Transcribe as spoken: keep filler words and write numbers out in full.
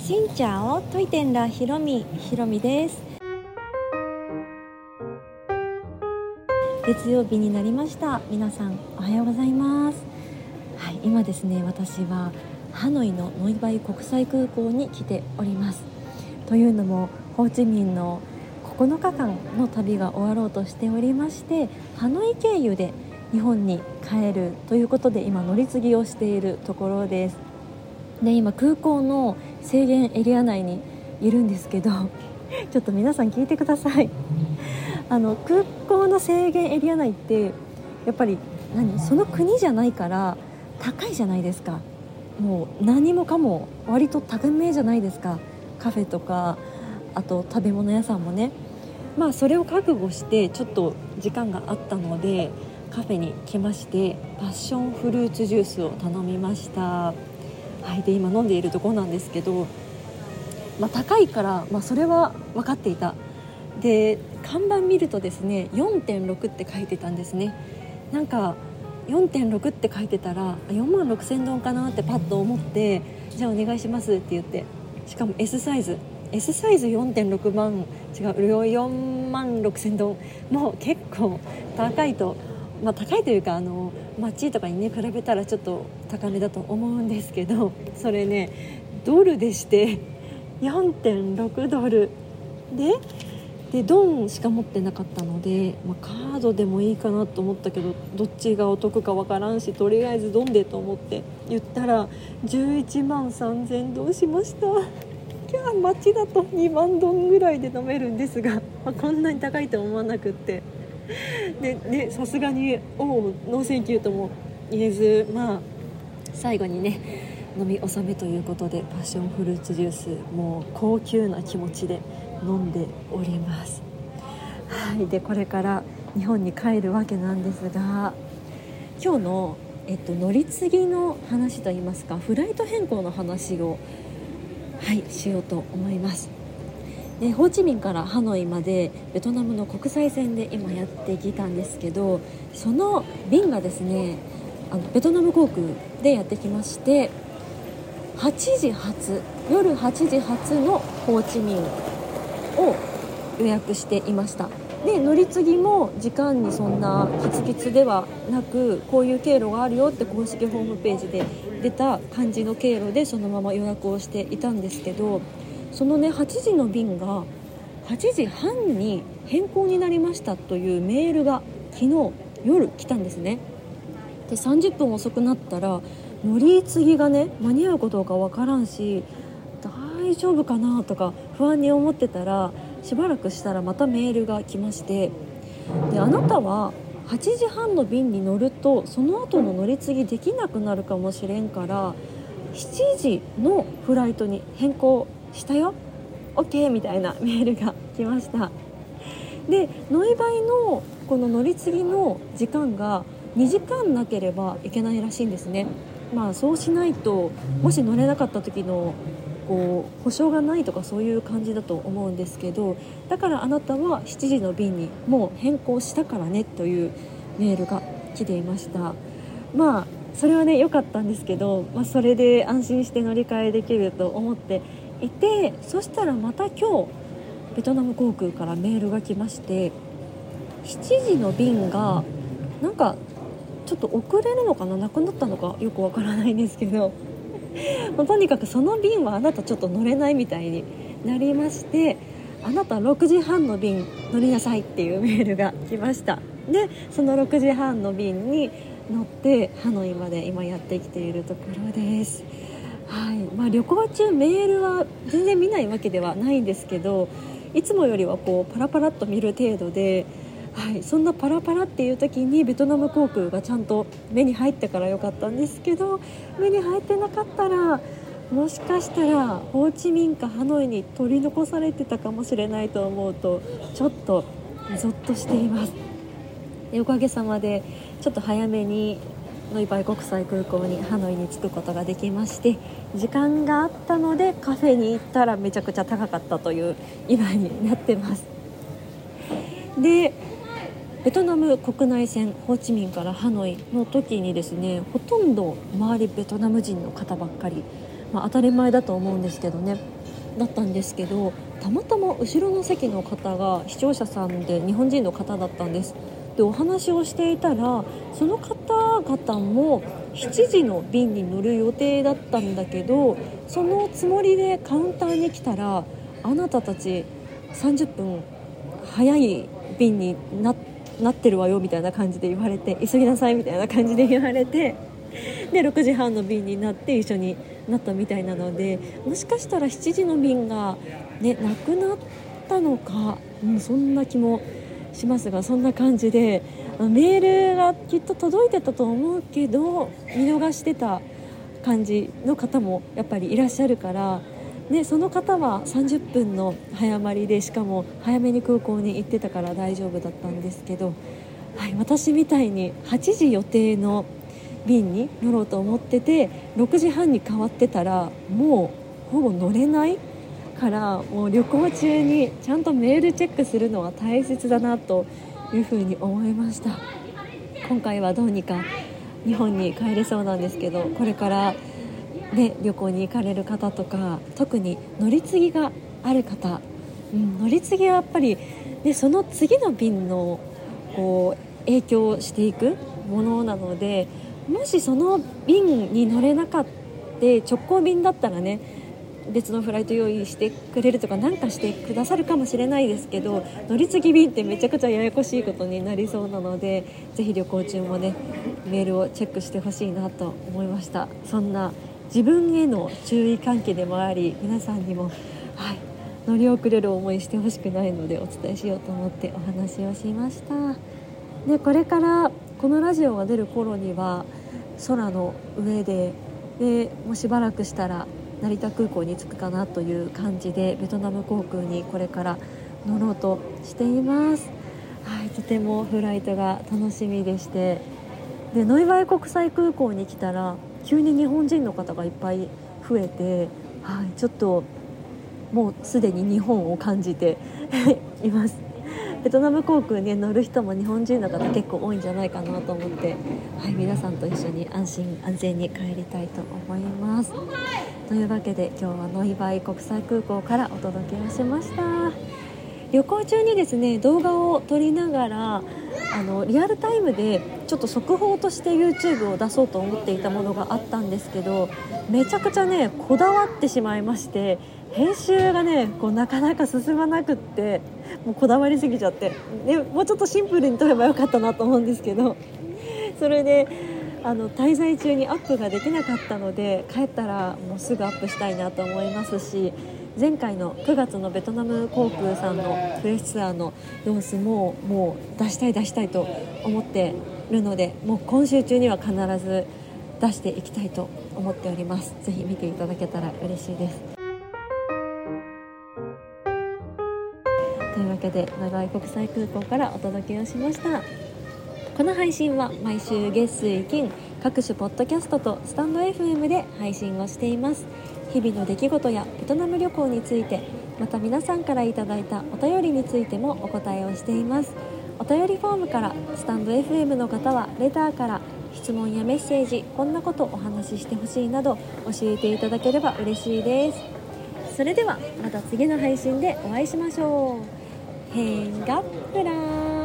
しんちゃおトイテンラひろみひろみです。月曜日になりました。皆さんおはようございます。はい、今ですね、私はハノイのノイバイ国際空港に来ております。というのもホーチミンのここのかかんの旅が終わろうとしておりまして、ハノイ経由で日本に帰るということで今乗り継ぎをしているところです。で今空港の制限エリア内にいるんですけどちょっと皆さん聞いてください。あの空港の制限エリア内ってやっぱり何その国じゃないから高いじゃないですか。もう何もかも割と高めじゃないですか。カフェとかあと食べ物屋さんもね。まあそれを覚悟してちょっと時間があったのでカフェに来まして、パッションフルーツジュースを頼みました。はい、で今飲んでいるところなんですけど、まあ、高いから、まあ、それは分かっていた。で看板見るとですね よんてんろく って書いてたんですね。なんか よんてんろく って書いてたらよんまんろくせんドンかなってパッと思って、じゃあお願いしますって言って、しかも S サイズ S サイズ よんてんろくまん違うよんまんろくせんドン、もう結構高いと、まあ、高いというかあの街とかにね比べたらちょっと高めだと思うんですけど、それねドルでして よんてんろく ドルででドンしか持ってなかったので、まあ、カードでもいいかなと思ったけどどっちがお得かわからんし、とりあえずドンでと思って言ったらじゅういちまんさんぜんドンしました。今日街だとにまんドンぐらいで飲めるんですが、まあ、こんなに高いと思わなくってでね、さすがにおうノーセンキューとも言えず、まあ最後にね飲み納めということでパッションフルーツジュース、もう高級な気持ちで飲んでおります。はい、でこれから日本に帰るわけなんですが、今日の、えっと、乗り継ぎの話といいますかフライト変更の話を、はい、しようと思います。でホーチミンからハノイまでベトナムの国際線で今やってきたんですけど、その便がですねあのベトナム航空でやってきまして、はちじ発夜はちじ発のホーチミンを予約していました。で乗り継ぎも時間にそんなキツキツではなく、こういう経路があるよって公式ホームページで出た感じの経路でそのまま予約をしていたんですけど、そのねはちじの便がはちじはんに変更になりましたというメールが昨日夜来たんですね。でさんじゅっぷん遅くなったら乗り継ぎがね間に合うことかわからんし、大丈夫かなとか不安に思ってたら、しばらくしたらまたメールが来まして、であなたははちじはんの便に乗るとその後の乗り継ぎできなくなるかもしれんからしちじのフライトに変更したよ OK みたいなメールが来ました。でノイバイのこの乗り継ぎの時間がにじかんなければいけないらしいんですね。まあそうしないともし乗れなかった時のこう保証がないとかそういう感じだと思うんですけど、だからあなたはしちじの便にもう変更したからねというメールが来ていました。まあそれはね良かったんですけど、まあ、それで安心して乗り換えできると思っていて、そしたらまた今日ベトナム航空からメールが来まして、しちじの便がなんかちょっと遅れるのかな、なくなったのかよくわからないんですけどとにかくその便はあなたちょっと乗れないみたいになりまして、あなたろくじはんの便乗りなさいっていうメールが来ました。でそのろくじはんの便に乗ってハノイまで今やってきているところです。はいまあ、旅行中メールは全然見ないわけではないんですけど、いつもよりはこうパラパラっと見る程度で、はい、そんなパラパラっていう時にベトナム航空がちゃんと目に入ったからよかったんですけど、目に入ってなかったらもしかしたらホーチミンかハノイに取り残されてたかもしれないと思うとちょっとゾッとしています。でおかげさまでちょっと早めにノイバイ国際空港にハノイに着くことができまして、時間があったのでカフェに行ったらめちゃくちゃ高かったという今になってます。でベトナム国内線ホーチミンからハノイの時にですね、ほとんど周りベトナム人の方ばっかり、まあ、当たり前だと思うんですけどね。 だったんですけど、たまたま後ろの席の方が視聴者さんで日本人の方だったんです。でお話をしていたら、その方々もしちじの便に乗る予定だったんだけど、そのつもりでカウンターに来たら、あなたたちさんじゅっぷん早い便に な, なってるわよみたいな感じで言われて、急ぎなさいみたいな感じで言われて、でろくじはんの便になって一緒になったみたいなので、もしかしたらしちじの便が、ね、なくなったのか、うん、そんな気もしますが、そんな感じでメールがきっと届いてたと思うけど見逃してた感じの方もやっぱりいらっしゃるから、ね、その方はさんじゅっぷんの早まりで、しかも早めに空港に行ってたから大丈夫だったんですけど、はい、私みたいにはちじ予定の便に乗ろうと思っててろくじはんに変わってたらもうほぼ乗れないから、もう旅行中にちゃんとメールチェックするのは大切だなというふうに思いました。今回はどうにか日本に帰れそうなんですけど、これから、ね、旅行に行かれる方とか、特に乗り継ぎがある方、うん、乗り継ぎはやっぱり、ね、その次の便のこう影響していくものなので、もしその便に乗れなかった直行便だったらね、別のフライト用意してくれるとかなんかしてくださるかもしれないですけど、乗り継ぎ便ってめちゃくちゃややこしいことになりそうなので、ぜひ旅行中もねメールをチェックしてほしいなと思いました。そんな自分への注意喚起でもあり、皆さんにも、はい、乗り遅れる思いしてほしくないのでお伝えしようと思ってお話をしました。でこれからこのラジオが出る頃には空の上で、でもうしばらくしたら成田空港に着くかなという感じで、ベトナム航空にこれから乗ろうとしています。はい、とてもフライトが楽しみでして、でノイバイ国際空港に来たら急に日本人の方がいっぱい増えて、はい、ちょっともうすでに日本を感じています。ベトナム航空に乗る人も日本人の方結構多いんじゃないかなと思って、はい、皆さんと一緒に安心安全に帰りたいと思います。というわけで今日はノイバイ国際空港からお届けをしました。旅行中にですね動画を撮りながらあのリアルタイムでちょっと速報として YouTube を出そうと思っていたものがあったんですけど、めちゃくちゃねこだわってしまいまして、編集がねこうなかなか進まなくって、もうこだわりすぎちゃって、ね、もうちょっとシンプルに撮ればよかったなと思うんですけど、それであの滞在中にアップができなかったので、帰ったらもうすぐアップしたいなと思いますし、前回のくがつのベトナム航空さんのプレスツアーの様子ももう出したい出したいと思っているので、もう今週中には必ず出していきたいと思っております。ぜひ見ていただけたら嬉しいです。というわけで長井国際空港からお届けをしました。この配信は毎週月水金各種ポッドキャストとスタンド エフエム で配信をしています。日々の出来事やベトナム旅行について、また皆さんからいただいたお便りについてもお答えをしています。お便りフォームから、スタンド エフエム の方はレターから質問やメッセージ、こんなことお話ししてほしいなど教えていただければ嬉しいです。それではまた次の配信でお会いしましょう。変がプラン